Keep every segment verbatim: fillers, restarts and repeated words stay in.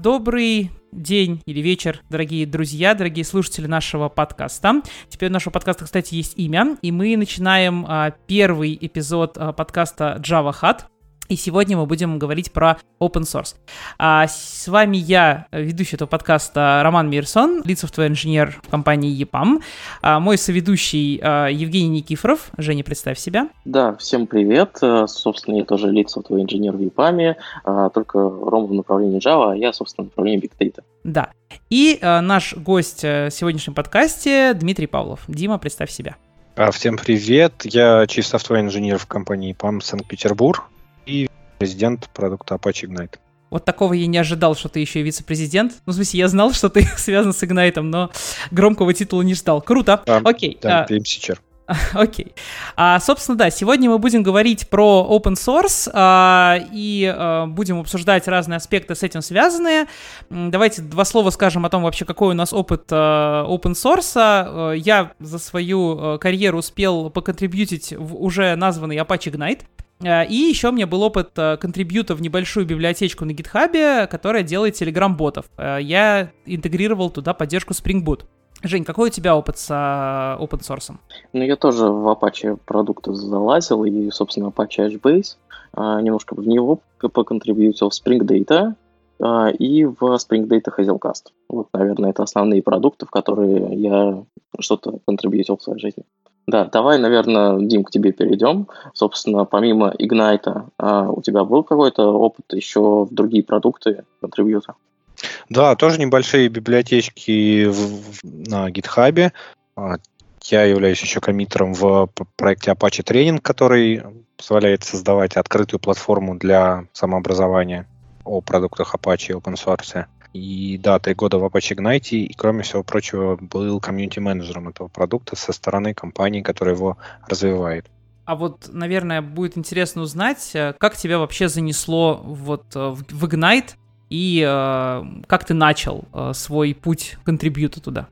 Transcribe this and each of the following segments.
Добрый день или вечер, дорогие друзья, дорогие слушатели нашего подкаста. Теперь у нашего подкаста, кстати, есть имя, и мы начинаем а, первый эпизод а, подкаста Java Hut. И сегодня мы будем говорить про open source. А с вами я, ведущий этого подкаста, Роман Мирсон, lead software инженер в компании и пам. А мой соведущий а, Евгений Никифоров. Женя, представь себя. Да, всем привет. Собственно, я тоже lead software инженер в и пам, а, только Рома в направлении Java, а я, собственно, в направлении Big Data. Да. И а, наш гость в сегодняшнем подкасте Дмитрий Павлов. Дима, представь себя. Всем привет. Я chief software инженер в компании и пам Санкт-Петербург и президент продукта Apache Ignite. Вот такого я не ожидал, что ты еще и вице-президент. Ну, в смысле, я знал, что ты связан с Ignite, но громкого титула не ждал. Круто. А, Окей. Да, пи эм си Chair. Окей. А, собственно, да, сегодня мы будем говорить про open source а, и а, будем обсуждать разные аспекты с этим связанные. Давайте два слова скажем о том вообще, какой у нас опыт а, open source. А, я за свою а, карьеру успел поконтрибьютить в уже названный Apache Ignite. И еще у меня был опыт контрибьюта в небольшую библиотечку на GitHub, которая делает Telegram-ботов. Я интегрировал туда поддержку Spring Boot. Жень, какой у тебя опыт с open source? Ну, я тоже в Apache продукты залазил, и, собственно, Apache HBase. Немножко в него поконтрибьютил в Spring Data и в Spring Data Hazelcast. Вот, наверное, это основные продукты, в которые я что-то контрибьютил в своей жизни. Да, давай, наверное, Дим, к тебе перейдем. Собственно, помимо Ignite, а, у тебя был какой-то опыт еще в другие продукты контрибьюта? Да, тоже небольшие библиотечки в, в, на GitHub. Я являюсь еще коммитером в проекте Apache Training, который позволяет создавать открытую платформу для самообразования о продуктах Apache и open source. И да, три года в Apache Ignite, и, кроме всего прочего, был комьюнити-менеджером этого продукта со стороны компании, которая его развивает. А вот, наверное, будет интересно узнать, как тебя вообще занесло вот в Ignite, и э, как ты начал э, свой путь контрибьюта туда?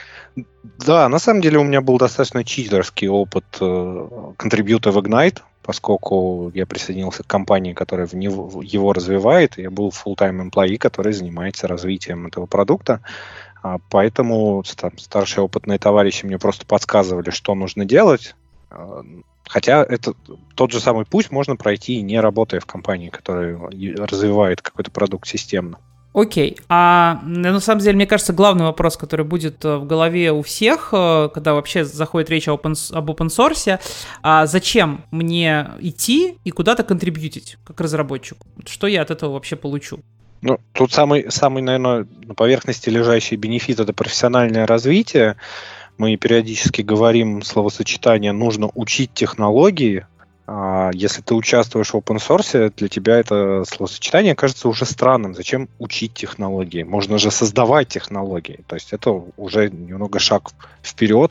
Да, на самом деле у меня был достаточно читерский опыт э, контрибьюта в Ignite, поскольку я присоединился к компании, которая в него, его развивает, и я был full-time employee, который занимается развитием этого продукта. А, поэтому там, старшие опытные товарищи мне просто подсказывали, что нужно делать. А, хотя это тот же самый путь можно пройти, не работая в компании, которая развивает какой-то продукт системно. Окей, okay. А на самом деле, мне кажется, главный вопрос, который будет в голове у всех, когда вообще заходит речь об open source, а зачем мне идти и куда-то контрибьютить как разработчику? Что я от этого вообще получу? Ну, тут самый, самый, наверное, на поверхности лежащий бенефит — это профессиональное развитие. Мы периодически говорим словосочетание «нужно учить технологии». Если ты участвуешь в open source, для тебя это словосочетание кажется уже странным. Зачем учить технологии? Можно же создавать технологии. То есть это уже немного шаг вперед.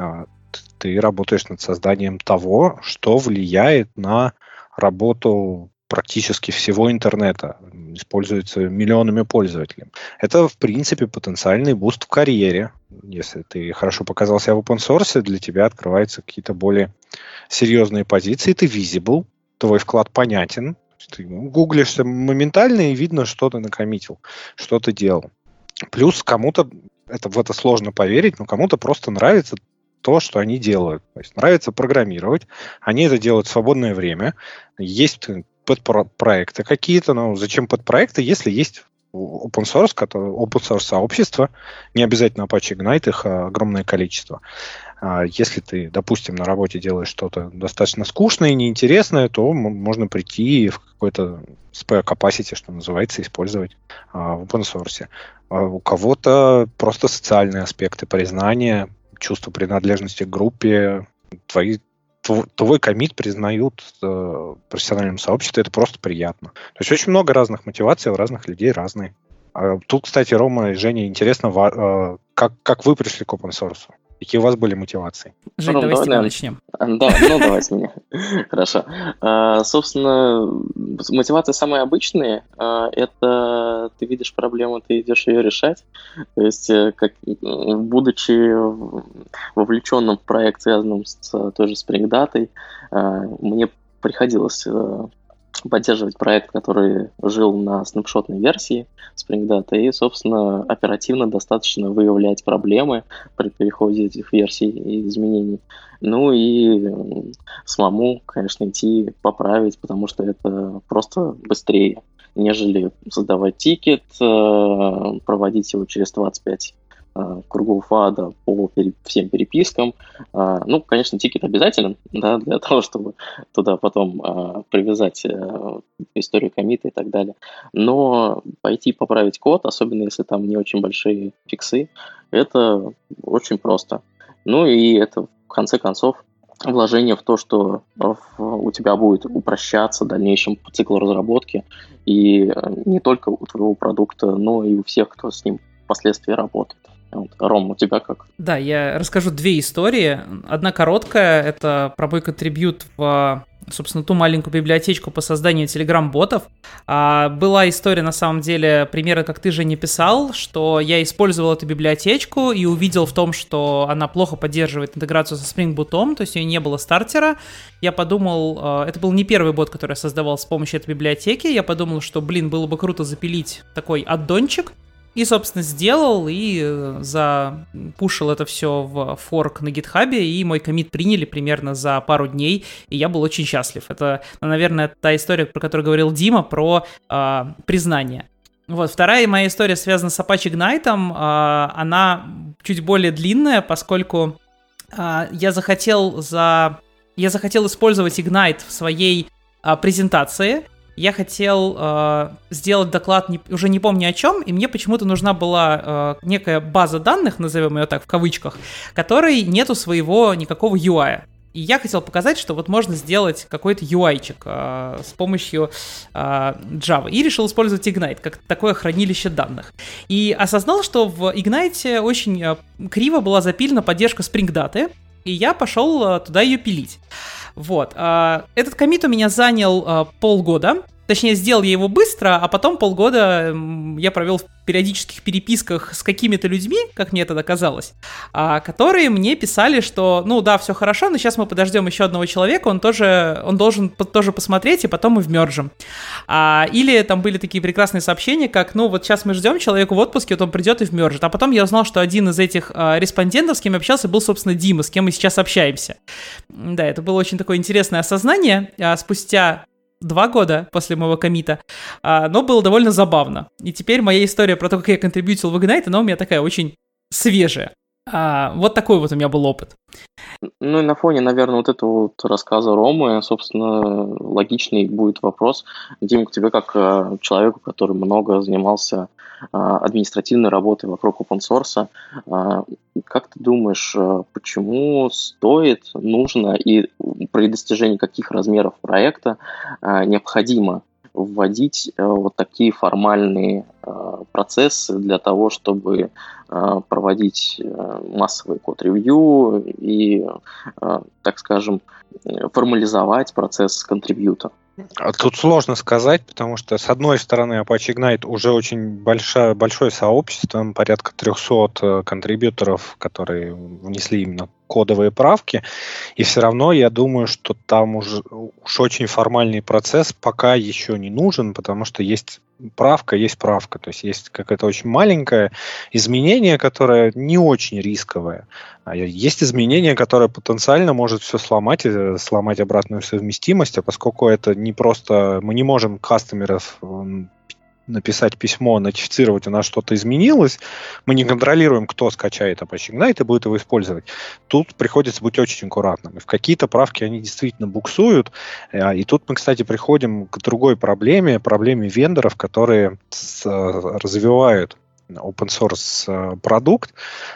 Ты работаешь над созданием того, что влияет на работу практически всего интернета, используется миллионами пользователей. Это, в принципе, потенциальный буст в карьере. Если ты хорошо показал себя в open source, для тебя открываются какие-то более серьезные позиции, ты visible, твой вклад понятен, ты гуглишься моментально и видно, что ты накоммитил, что ты делал. Плюс кому-то, это, в это сложно поверить, но кому-то просто нравится то, что они делают. То есть нравится программировать, они это делают в свободное время, есть подпроекты какие-то, но зачем подпроекты, если есть open source, который, open source сообщество, не обязательно Apache Ignite, их огромное количество. Если ты, допустим, на работе делаешь что-то достаточно скучное и неинтересное, то можно прийти в какой-то spare capacity, что называется, использовать в open source. У кого-то просто социальные аспекты признания, чувство принадлежности к группе, твои твой коммит признают э, профессиональным сообществом, это просто приятно. То есть очень много разных мотиваций, у разных людей разные. А тут, кстати, Рома и Женя, интересно, э, как, как вы пришли к open source? Какие у вас были мотивации? Жень, ну, давай, давай с тебя начнем. Да, ну давай с меня. Хорошо. А, собственно, мотивации самые обычные. А, это ты видишь проблему, ты идешь ее решать. То есть, как, будучи вовлеченным в проект, связанным с той же Spring Data, а, мне приходилось поддерживать проект, который жил на снапшотной версии Spring Data, и, собственно, оперативно достаточно выявлять проблемы при переходе этих версий и изменений. Ну и самому, конечно, идти поправить, потому что это просто быстрее, нежели создавать тикет, проводить его через двадцать пять кругов ада по пере, всем перепискам. А, ну, конечно, тикет обязателен, да, для того, чтобы туда потом а, привязать а, историю коммита и так далее. Но пойти поправить код, особенно если там не очень большие фиксы, это очень просто. Ну и это, в конце концов, вложение в то, что у тебя будет упрощаться в дальнейшем цикл разработки, и не только у твоего продукта, но и у всех, кто с ним впоследствии работает. Вот. Ром, у тебя как? Да, я расскажу две истории. Одна короткая, это про мой контрибьют в, собственно, ту маленькую библиотечку по созданию телеграм-ботов. А, была история, на самом деле, примерно как ты же не писал, что я использовал эту библиотечку и увидел в том, что она плохо поддерживает интеграцию со Spring Boot, то есть у нее не было стартера. Я подумал, это был не первый бот, который я создавал с помощью этой библиотеки, я подумал, что, блин, было бы круто запилить такой аддончик. И, собственно, сделал и запушил это все в форк на гитхабе, и мой коммит приняли примерно за пару дней, и я был очень счастлив. Это, наверное, та история, про которую говорил Дима, про э, признание. Вот, вторая моя история связана с Apache Ignite, э, она чуть более длинная, поскольку э, я захотел за... я захотел использовать Ignite в своей э, презентации. Я хотел э, сделать доклад, не, уже не помню о чем, и мне почему-то нужна была э, некая база данных, назовем ее так в кавычках, которой нету своего никакого ю ай. И я хотел показать, что вот можно сделать какой-то ю ай-чик э, с помощью э, Java. И решил использовать Ignite как такое хранилище данных. И осознал, что в Ignite очень э, криво была запилена поддержка Spring Data, и я пошел э, туда ее пилить. Вот. Этот коммит у меня занял полгода. Точнее, сделал я его быстро, а потом полгода я провел в периодических переписках с какими-то людьми, как мне тогда казалось, которые мне писали, что, ну да, все хорошо, но сейчас мы подождем еще одного человека, он тоже, он должен тоже посмотреть, и потом мы вмержим. Или там были такие прекрасные сообщения, как, ну вот сейчас мы ждем человека в отпуске, вот он придет и вмержит. А потом я узнал, что один из этих респондентов, с кем я общался, был, собственно, Дима, с кем мы сейчас общаемся. Да, это было очень такое интересное осознание. Спустя два года после моего коммита, но было довольно забавно. И теперь моя история про то, как я контрибьютил в Ignite, она у меня такая очень свежая. Вот такой вот у меня был опыт. Ну и на фоне, наверное, вот этого вот рассказа Ромы, собственно, логичный будет вопрос. Дим, к тебе как человеку, который много занимался административной работой вокруг open source, как ты думаешь, почему стоит, нужно и при достижении каких размеров проекта необходимо вводить вот такие формальные процессы для того, чтобы проводить массовый код-ревью и, так скажем, формализовать процесс контрибьюта? Тут сложно сказать, потому что, с одной стороны, Apache Ignite уже очень большое, большое сообщество, порядка трехсот контрибьюторов, которые внесли именно кодовые правки, и все равно я думаю, что там уже уж очень формальный процесс пока еще не нужен, потому что есть правка, есть правка, то есть есть какое-то очень маленькое изменение, которое не очень рисковое, а есть изменение, которое потенциально может все сломать, сломать обратную совместимость, а поскольку это не просто, мы не можем кастомеров написать письмо, нотифицировать, у нас что-то изменилось, мы не контролируем, кто скачает Apache Ignite и будет его использовать. Тут приходится быть очень аккуратным. И в какие-то правки они действительно буксуют. И тут мы, кстати, приходим к другой проблеме, проблеме вендоров, которые развивают open source продукт.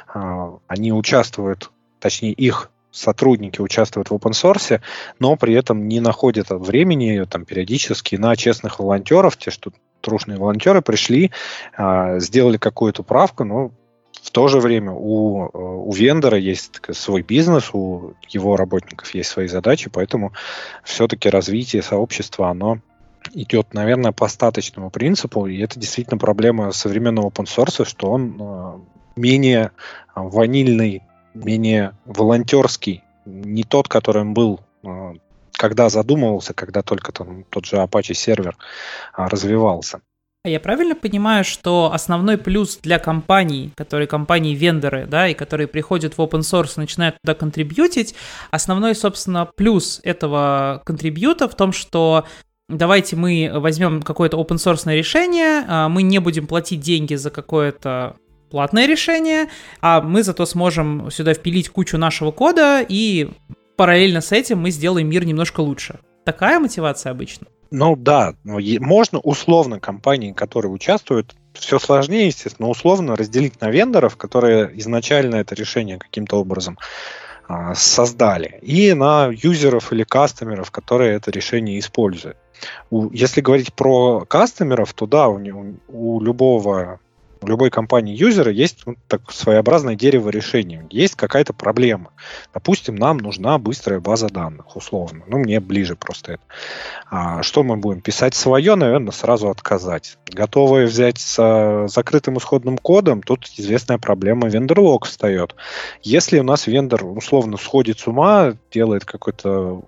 Они участвуют, точнее их сотрудники участвуют в open source, но при этом не находят времени там, периодически на честных волонтеров, те, что трушные волонтеры пришли, сделали какую-то правку, но в то же время у, у вендора есть свой бизнес, у его работников есть свои задачи, поэтому все-таки развитие сообщества, оно идет, наверное, по остаточному принципу, и это действительно проблема современного open source, что он менее ванильный, менее волонтерский, не тот, которым был когда задумывался, когда только там тот же Apache сервер а, развивался. А я правильно понимаю, что основной плюс для компаний, которые компании-вендоры, да, и которые приходят в open source и начинают туда контрибьютить, основной, собственно, плюс этого контрибьюта в том, что давайте мы возьмем какое-то open-source решение, мы не будем платить деньги за какое-то платное решение, а мы зато сможем сюда впилить кучу нашего кода, и параллельно с этим мы сделаем мир немножко лучше. Такая мотивация обычно? Ну да, можно условно компании, которые участвуют, все сложнее, естественно, но условно разделить на вендоров, которые изначально это решение каким-то образом а, создали, и на юзеров или кастомеров, которые это решение используют. У, если говорить про кастомеров, то да, у, у любого У любой компании юзера есть вот так своеобразное дерево решений. Есть какая-то проблема. Допустим, нам нужна быстрая база данных, условно. Ну, мне ближе просто это. А что мы будем? Писать свое, наверное, сразу отказать. Готовые взять с закрытым исходным кодом, тут известная проблема вендор-лог встает. Если у нас вендор, условно, сходит с ума, делает какой-то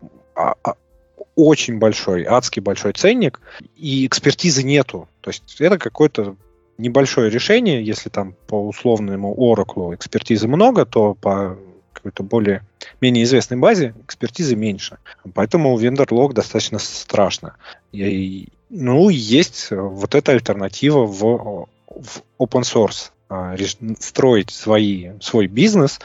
очень большой, адский большой ценник, и экспертизы нету. То есть это какой-то небольшое решение, если там по условному Oracle экспертизы много, то по какой-то более менее известной базе экспертизы меньше. Поэтому вендор-лог достаточно страшно. И, ну, есть вот эта альтернатива в, в open source. Строить свои, свой бизнес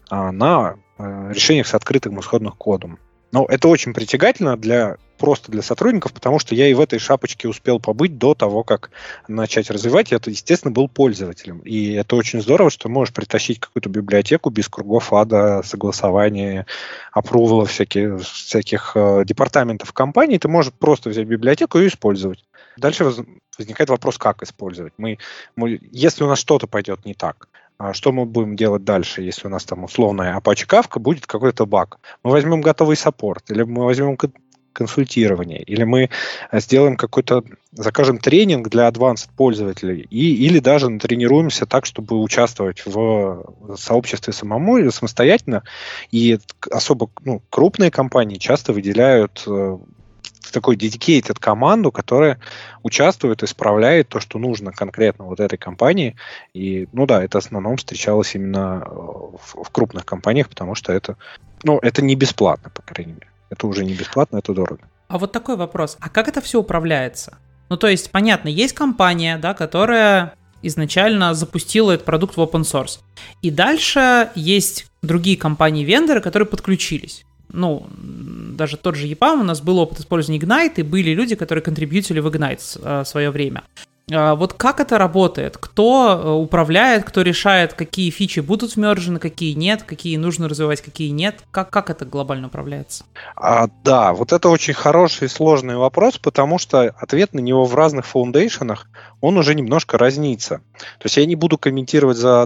на решениях с открытым исходным кодом. Но это очень притягательно для просто для сотрудников, потому что я и в этой шапочке успел побыть до того, как начать развивать. Я, естественно, был пользователем. И это очень здорово, что можешь притащить какую-то библиотеку без кругов ада, согласования, апрувала всяких, всяких э, департаментов компании. Ты можешь просто взять библиотеку и использовать. Дальше возникает вопрос, как использовать. Мы, мы, если у нас что-то пойдет не так, что мы будем делать дальше, если у нас там условная Apache Kafka, будет какой-то баг? Мы возьмем готовый саппорт, или мы возьмем консультирование, или мы сделаем какой-то, закажем тренинг для advanced пользователей, и, или даже натренируемся так, чтобы участвовать в сообществе самому или самостоятельно. И особо ну, крупные компании часто выделяют такой dedicated команду, которая участвует, исправляет то, что нужно конкретно вот этой компании. И, ну да, это в основном встречалось именно в, в крупных компаниях, потому что это, ну, это не бесплатно, по крайней мере. Это уже не бесплатно, это дорого. А вот такой вопрос. А как это все управляется? Ну, то есть, понятно, есть компания, да, которая изначально запустила этот продукт в open source. И дальше есть другие компании-вендоры, которые подключились. Ну, даже тот же EPAM, у нас был опыт использования Ignite, и были люди, которые контрибьютили в Ignite в свое время. Вот как это работает? Кто управляет, кто решает, какие фичи будут вмержены, какие нет, какие нужно развивать, какие нет? Как, как это глобально управляется? А, да, вот это очень хороший и сложный вопрос, потому что ответ на него в разных фаундейшенах, он уже немножко разнится. То есть я не буду комментировать за,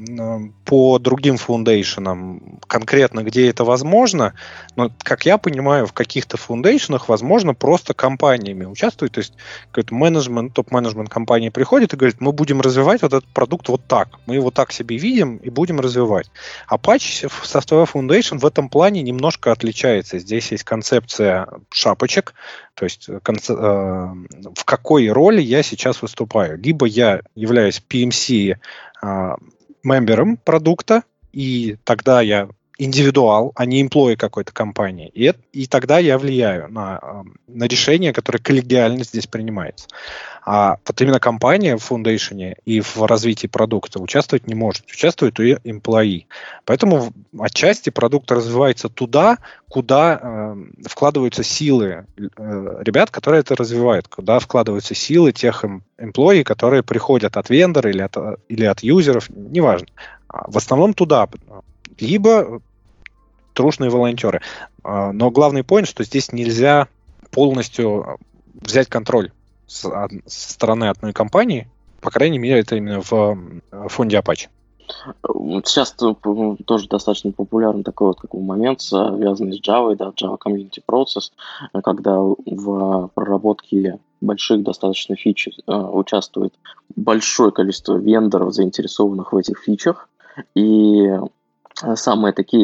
по другим фаундейшенам конкретно, где это возможно, но, как я понимаю, в каких-то фаундейшенах возможно просто компаниями участвовать, то есть какой-то менеджмент, топ-менеджмент компании приходит и говорит, мы будем развивать вот этот продукт вот так, мы его так себе видим и будем развивать. Apache Software Foundation в этом плане немножко отличается. Здесь есть концепция шапочек, то есть конце- э, в какой роли я сейчас выступаю. Либо я являюсь пи эм си э, мембером продукта, и тогда я индивидуал, а не эмплой какой-то компании. И, это, и тогда я влияю на, на решение, которое коллегиально здесь принимается. А вот именно компания в фаундейшене и в развитии продукта участвовать не может. Участвуют и эмплои. Поэтому отчасти продукт развивается туда, куда э, вкладываются силы э, ребят, которые это развивают, куда вкладываются силы тех эмплои, которые приходят от вендора или от, или от юзеров, неважно. В основном туда. Либо трушные волонтеры. Но главный поинт, что здесь нельзя полностью взять контроль со стороны одной компании. По крайней мере, это именно в фонде Apache. Сейчас тоже достаточно популярный такой вот какой момент, связанный с Java, да, Java Community Process, когда в проработке больших достаточно фич участвует большое количество вендоров, заинтересованных в этих фичах. И самые такие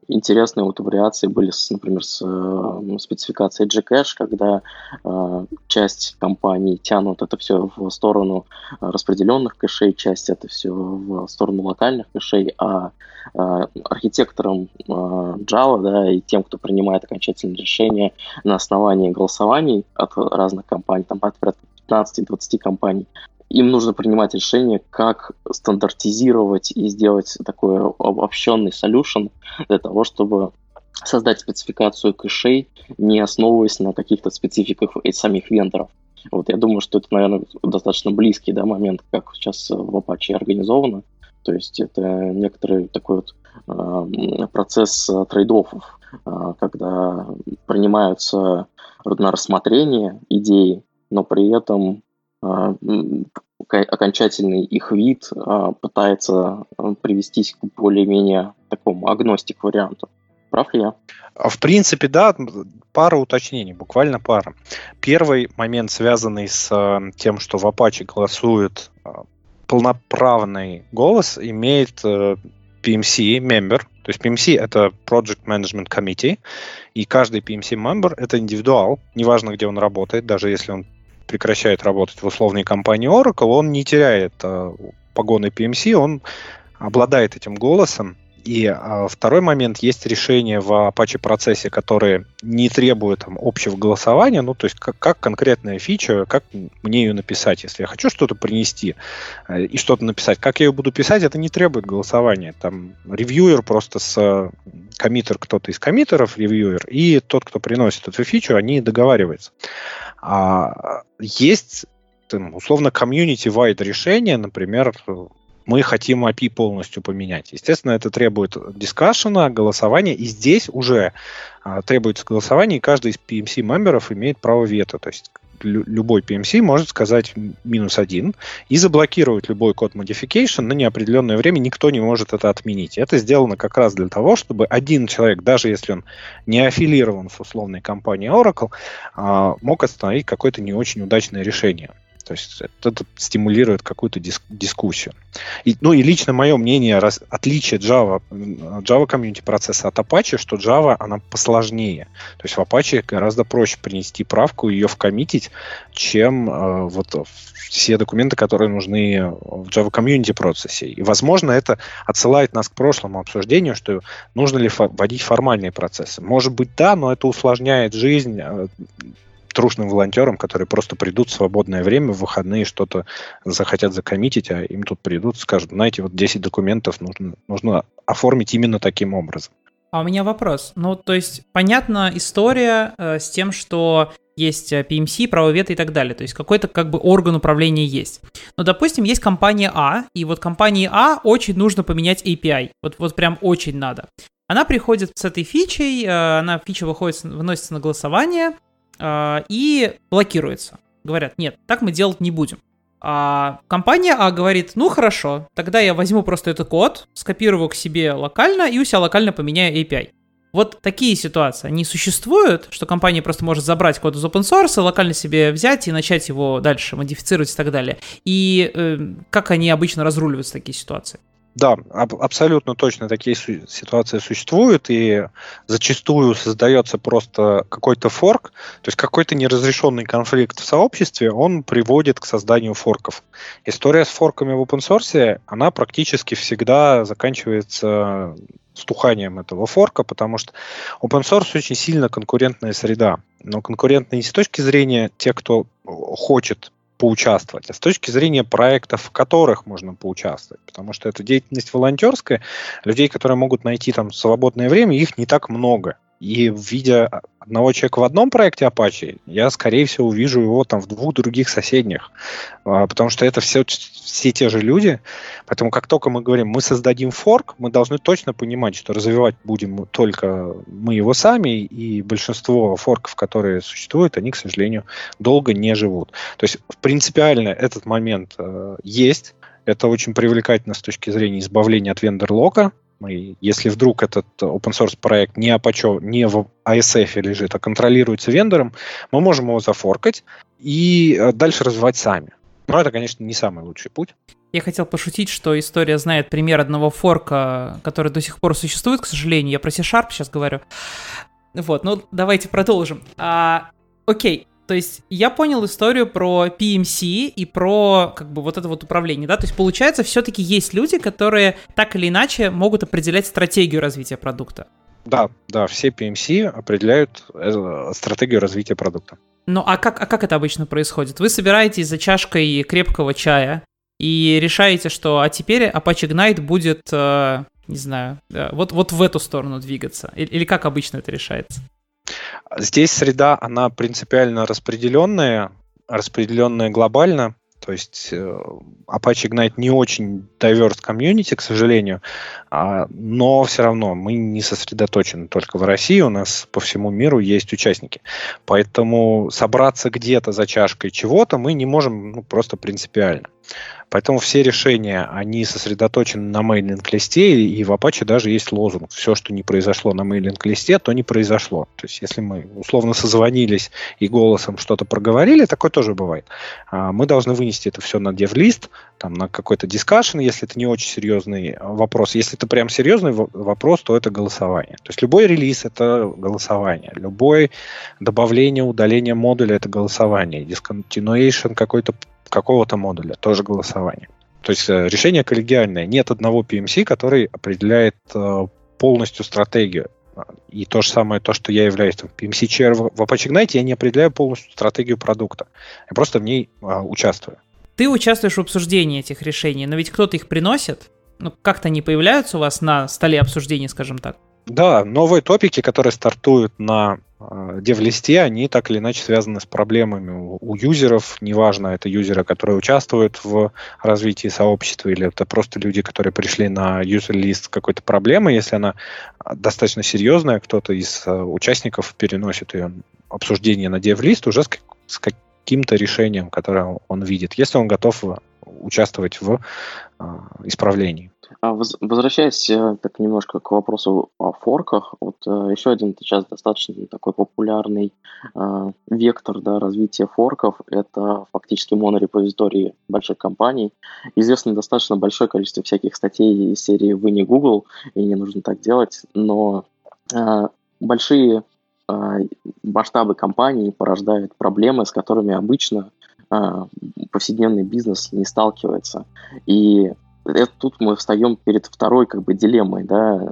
интересные вот вариации были, с, например, с э, спецификацией Gcash, когда э, часть компаний тянут это все в сторону распределенных кэшей, часть это все в сторону локальных кэшей, а э, архитекторам э, Java, да, и тем, кто принимает окончательное решение на основании голосований от разных компаний, там от порядка пятнадцати-двадцати компаний, им нужно принимать решение, как стандартизировать и сделать такой обобщенный solution для того, чтобы создать спецификацию кэшей, не основываясь на каких-то спецификах самих вендоров. Вот, я думаю, что это, наверное, достаточно близкий, да, момент, как сейчас в Apache организовано. То есть это некоторый такой вот э, процесс трейд-оффов, э, когда принимаются на рассмотрение идеи, но при этом э, окончательный их вид э, пытается привестись к более-менее такому агностик-варианту. Прав ли я? В принципе, да, пара уточнений, буквально пара. Первый момент, связанный с тем, что в Apache голосует полноправный голос, имеет пи эм си-member. То есть пи эм си — это Project Management Committee, и каждый пи эм си-member — это индивидуал, неважно, где он работает, даже если он прекращает работать в условной компании Oracle, он не теряет погоны пи эм си, он обладает этим голосом. И а, второй момент, есть решения в Apache процессе, которые не требуют там, общего голосования, ну, то есть как, как конкретная фича, как мне ее написать, если я хочу что-то принести э, и что-то написать, как я ее буду писать, это не требует голосования. Там ревьюер просто с коммиттер, кто-то из коммиттеров, ревьюер, и тот, кто приносит эту фичу, они договариваются. А, есть там, условно комьюнити-вайд решения, например, мы хотим эй пи ай полностью поменять. Естественно, это требует дискашена, голосования, и здесь уже а, требуется голосование, и каждый из пи эм си-мемберов имеет право вето. То есть лю- любой пи эм си может сказать минус один и заблокировать любой код modification на неопределенное время, никто не может это отменить. Это сделано как раз для того, чтобы один человек, даже если он не аффилирован с условной компанией Oracle, а, мог остановить какое-то не очень удачное решение. То есть это стимулирует какую-то дис- дискуссию. И, ну и лично мое мнение, раз, отличие Java, Java комьюнити процесса от Apache, что Java, она посложнее. То есть в Apache гораздо проще принести правку и ее вкоммитить, чем э, вот все документы, которые нужны в Java комьюнити процессе. И, возможно, это отсылает нас к прошлому обсуждению, что нужно ли фо- вводить формальные процессы. Может быть, да, но это усложняет жизнь э, трушным волонтерам, которые просто придут в свободное время, в выходные что-то захотят закоммитить, а им тут придут и скажут, знаете, вот десять документов нужно, нужно оформить именно таким образом. А у меня вопрос. Ну, то есть, понятна история э, с тем, что есть пи эм си, право вето и так далее. То есть, какой-то как бы орган управления есть. Но, допустим, есть компания А, и вот компании А очень нужно поменять эй пи ай. Вот, вот прям очень надо. Она приходит с этой фичей, э, она фича выходит, выносится на голосование, и блокируется. Говорят, нет, так мы делать не будем. А компания А говорит, ну хорошо, тогда я возьму просто этот код, скопирую к себе локально и у себя локально поменяю эй пи ай. Вот такие ситуации, они существуют, что компания просто может забрать код из open source, локально себе взять и начать его дальше модифицировать и так далее. И э, как они обычно разруливаются такие ситуации? Да, аб- абсолютно точно такие су- ситуации существуют, и зачастую создается просто какой-то форк, то есть какой-то неразрешенный конфликт в сообществе, он приводит к созданию форков. История с форками в open source, она практически всегда заканчивается стуханием этого форка, потому что open source очень сильно конкурентная среда, но конкурентная не с точки зрения тех, кто хочет поучаствовать, а с точки зрения проектов, в которых можно поучаствовать, потому что это деятельность волонтерская, людей, которые могут найти там свободное время, их не так много. И видя одного человека в одном проекте Apache, я, скорее всего, увижу его там в двух других соседних, потому что это все, все те же люди. Поэтому как только мы говорим, мы создадим форк, мы должны точно понимать, что развивать будем только мы его сами, и большинство форков, которые существуют, они, к сожалению, долго не живут. То есть принципиально этот момент э, есть. Это очень привлекательно с точки зрения избавления от вендор-лока. Мы, если вдруг этот open source проект не, Apache, не в эй эс эф лежит, а контролируется вендором, мы можем его зафоркать и дальше развивать сами. Но это, конечно, не самый лучший путь. Я хотел пошутить, что история знает пример одного форка, который до сих пор существует, к сожалению. Я про C-Sharp сейчас говорю. Вот, ну давайте продолжим. А, окей, то есть я понял историю про пи эм си и про как бы вот это вот управление, да? То есть получается, все-таки есть люди, которые так или иначе могут определять стратегию развития продукта. Да, да, все пи эм си определяют стратегию развития продукта. Ну а как, а как это обычно происходит? Вы собираетесь за чашкой крепкого чая и решаете, что а теперь Apache Ignite будет, э, не знаю, э, вот, вот в эту сторону двигаться? Или, или как обычно это решается? Здесь среда, она принципиально распределенная, распределенная глобально. То есть э, Apache Ignite не очень diverse комьюнити, к сожалению, а, но все равно мы не сосредоточены только в России, у нас по всему миру есть участники. Поэтому собраться где-то за чашкой чего-то мы не можем, ну, просто принципиально. Поэтому все решения, они сосредоточены на мейлинг-листе, и в Apache даже есть лозунг: все, что не произошло на мейлинг-листе, то не произошло. То есть если мы условно созвонились и голосом что-то проговорили, такое тоже бывает. Мы должны вынести это все на dev-лист, там, на какой-то дискашн, если это не очень серьезный вопрос. Если это прям серьезный вопрос, то это голосование. То есть любой релиз — это голосование. Любое добавление, удаление модуля — это голосование. Discontinuation какой-то какого-то модуля, тоже голосование. То есть э, решение коллегиальное. Нет одного пи эм си, который определяет э, полностью стратегию. И то же самое, то, что я являюсь там, пи эм си-chair в, в Apache Ignite, я не определяю полностью стратегию продукта. Я просто в ней э, участвую. Ты участвуешь в обсуждении этих решений, но ведь кто-то их приносит? Ну, как-то они появляются у вас на столе обсуждений, скажем так? Да, новые топики, которые стартуют на э, дев-листе, они так или иначе связаны с проблемами у, у юзеров. Неважно, это юзеры, которые участвуют в развитии сообщества, или это просто люди, которые пришли на юзер-лист с какой-то проблемой. Если она достаточно серьезная, кто-то из э, участников переносит ее обсуждение на дев-лист уже с, как, с каким-то решением, которое он видит, если он готов участвовать в э, исправлении. Возвращаясь так немножко к вопросу о форках, вот еще один сейчас достаточно такой популярный э, вектор, да, развития форков — это фактически монорепозитории больших компаний. Известно достаточно большое количество всяких статей из серии «Вы не Google, и не нужно так делать», но э, большие э, масштабы компаний порождают проблемы, с которыми обычно э, повседневный бизнес не сталкивается. И это тут мы встаем перед второй как бы дилеммой, да,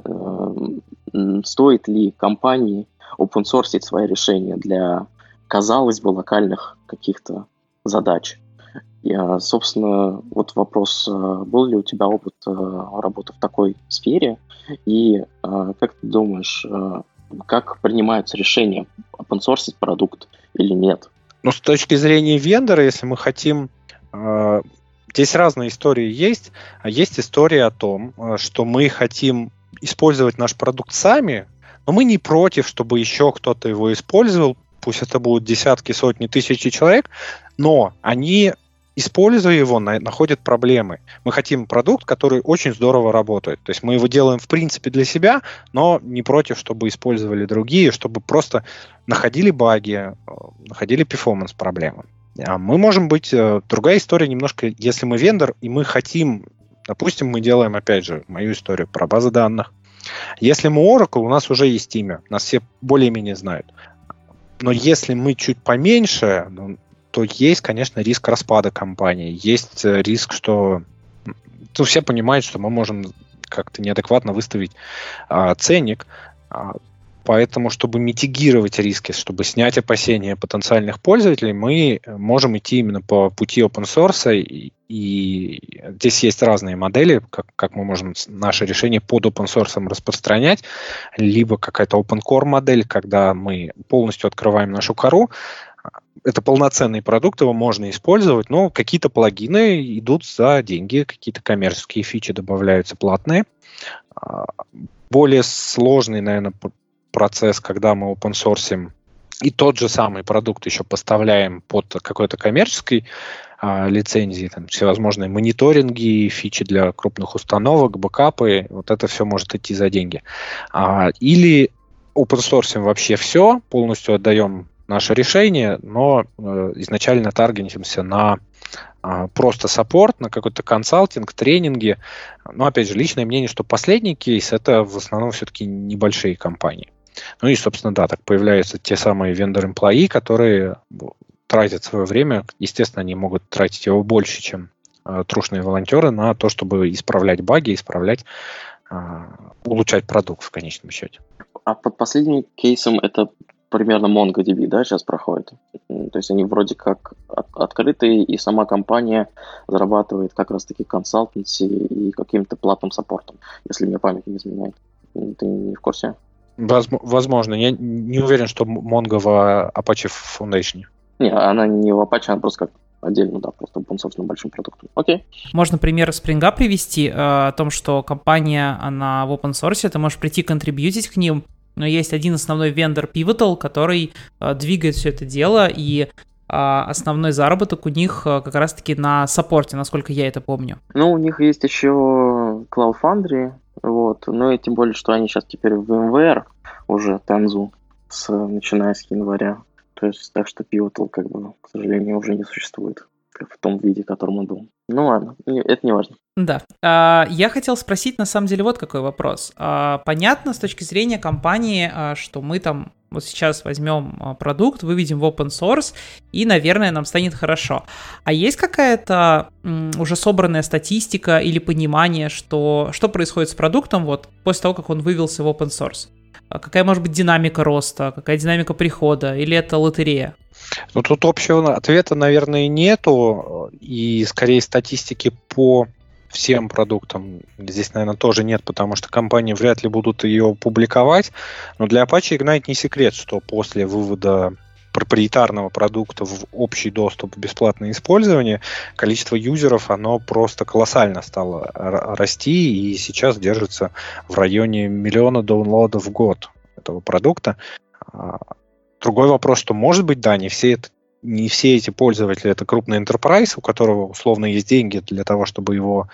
э, стоит ли компании open-sourcить свои решения для, казалось бы, локальных каких-то задач. И, собственно, вот вопрос, был ли у тебя опыт работы в такой сфере, и как ты думаешь, как принимаются решения, open-sourcить продукт или нет? Ну, с точки зрения вендора, если мы хотим... Здесь разные истории есть. Есть история о том, что мы хотим использовать наш продукт сами, но мы не против, чтобы еще кто-то его использовал. Пусть это будут десятки, сотни, тысячи человек, но они, используя его, находят проблемы. Мы хотим продукт, который очень здорово работает. То есть мы его делаем в принципе для себя, но не против, чтобы использовали другие, чтобы просто находили баги, находили перформанс-проблемы. Мы можем быть... Другая история немножко, если мы вендор, и мы хотим... Допустим, мы делаем, опять же, мою историю про базы данных. Если мы Oracle, у нас уже есть имя, нас все более-менее знают. Но если мы чуть поменьше, то есть, конечно, риск распада компании. Есть риск, что... Ну, все понимают, что мы можем как-то неадекватно выставить а, ценник. А, Поэтому, чтобы митигировать риски, чтобы снять опасения потенциальных пользователей, мы можем идти именно по пути open source. И, и здесь есть разные модели, как, как мы можем наше решение под open source распространять. Либо какая-то open core модель, когда мы полностью открываем нашу кору. Это полноценный продукт, его можно использовать, но какие-то плагины идут за деньги, какие-то коммерческие фичи добавляются платные. Более сложный, наверное, процесс, когда мы open-sourcing и тот же самый продукт еще поставляем под какой-то коммерческой а, лицензией, там, всевозможные мониторинги, фичи для крупных установок, бэкапы, вот это все может идти за деньги. А, или open-sourcing вообще все, полностью отдаем наше решение, но э, изначально таргетимся на просто саппорт, на какой-то консалтинг, тренинги. Но, опять же, личное мнение, что последний кейс – это в основном все-таки небольшие компании. Ну и, собственно, да, так появляются те самые vendor-employee, которые тратят свое время. Естественно, они могут тратить его больше, чем э, трушные волонтеры, на то, чтобы исправлять баги, исправлять, э, улучшать продукт в конечном счете. А под последним кейсом это примерно MongoDB, да, сейчас проходит? То есть они вроде как от- открытые, и сама компания зарабатывает как раз-таки консалтинси и каким-то платным саппортом, если мне память не изменяет. Ты не в курсе? Возможно. Я не уверен, что Mongo в Apache Foundation. Не, она не в Apache, она просто как отдельно, да, просто open source большим продуктом. Окей. Можно пример Spring привести э, о том, что компания, она в open source, ты можешь прийти контрибьютить к ним, но есть один основной вендор Pivotal, который э, двигает все это дело, и э, основной заработок у них э, как раз-таки на саппорте, насколько я это помню. Ну, у них есть еще Cloud Foundry, вот, ну и тем более, что они сейчас теперь в VMware уже Tanzu, с, начиная с января. То есть, так что Pivotal, как бы, к сожалению, уже не существует в том виде, в котором он был. Ну ладно, это не важно. Да. А, я хотел спросить, на самом деле, вот какой вопрос. А, понятно с точки зрения компании, а, что мы там вот сейчас возьмем а, продукт, выведем в open source, и, наверное, нам станет хорошо. А есть какая-то м, уже собранная статистика или понимание, что, что происходит с продуктом вот после того, как он вывелся в open source? Какая может быть динамика роста, какая динамика прихода, или это лотерея? Ну, тут общего ответа, наверное, нету, и скорее статистики по всем продуктам здесь, наверное, тоже нет, потому что компании вряд ли будут ее публиковать, но для Apache Ignite не секрет, что после вывода проприетарного продукта в общий доступ в бесплатное использование, количество юзеров, оно просто колоссально стало расти, и сейчас держится в районе миллиона даунлодов в год этого продукта. Другой вопрос, что, может быть, да, не все, это, не все эти пользователи — это крупный enterprise, у которого условно есть деньги для того, чтобы его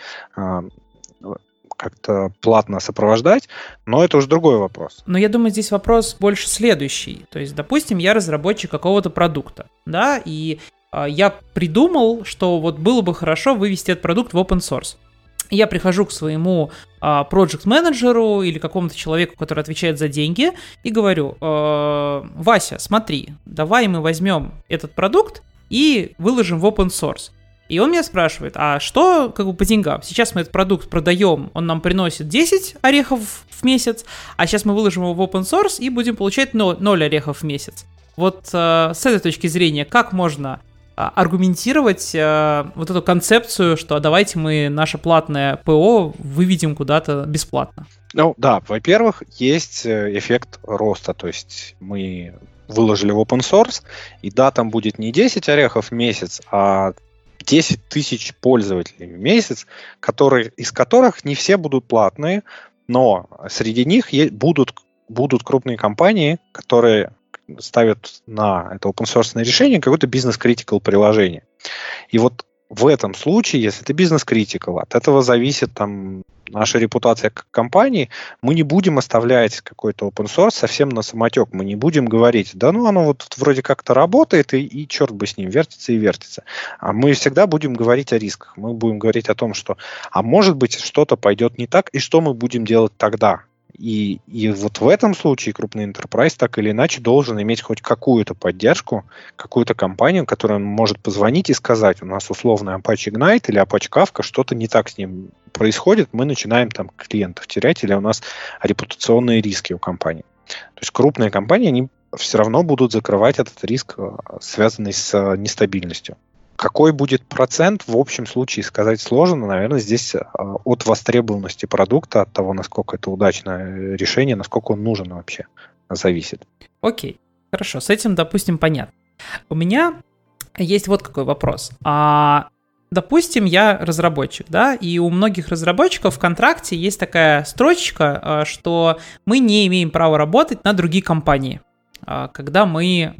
как-то платно сопровождать, но это уже другой вопрос. Но я думаю, здесь вопрос больше следующий. То есть, допустим, я разработчик какого-то продукта, да, и э, я придумал, что вот было бы хорошо вывести этот продукт в open source. И я прихожу к своему э, project-менеджеру или какому-то человеку, который отвечает за деньги, и говорю: э, Вася, смотри, давай мы возьмем этот продукт и выложим в open source. И он меня спрашивает: а что как бы по деньгам? Сейчас мы этот продукт продаем, он нам приносит десять орехов в месяц, а сейчас мы выложим его в open source и будем получать ноль орехов в месяц. Вот э, с этой точки зрения, как можно э, аргументировать э, вот эту концепцию, что давайте мы наше платное ПО выведем куда-то бесплатно? Ну да, во-первых, есть эффект роста, то есть мы выложили в open source, и да, там будет не десять орехов в месяц, а десять тысяч пользователей в месяц, которые, из которых не все будут платные, но среди них будут, будут крупные компании, которые ставят на это open-source решение какое-то бизнес-критикал приложение. И вот в этом случае, если это бизнес-критикал, от этого зависит там наша репутация как компании, мы не будем оставлять какой-то open source совсем на самотек. Мы не будем говорить: да ну оно вот тут вроде как-то работает, и, и черт бы с ним, вертится и вертится. А мы всегда будем говорить о рисках. Мы будем говорить о том, что а может быть что-то пойдет не так, и что мы будем делать тогда. И, и вот в этом случае крупный enterprise так или иначе должен иметь хоть какую-то поддержку, какую-то компанию, которая может позвонить и сказать: у нас условно Apache Ignite или Apache Kafka, что-то не так с ним происходит, мы начинаем там клиентов терять, или у нас репутационные риски у компании. То есть крупные компании, они все равно будут закрывать этот риск, связанный с нестабильностью. Какой будет процент, в общем случае сказать сложно. Наверное, здесь от востребованности продукта, от того, насколько это удачное решение, насколько он нужен вообще, зависит. Окей, хорошо, с этим, допустим, понятно. У меня есть вот какой вопрос. А, допустим, я разработчик, да, и у многих разработчиков в контракте есть такая строчка, что мы не имеем права работать на другие компании, когда мы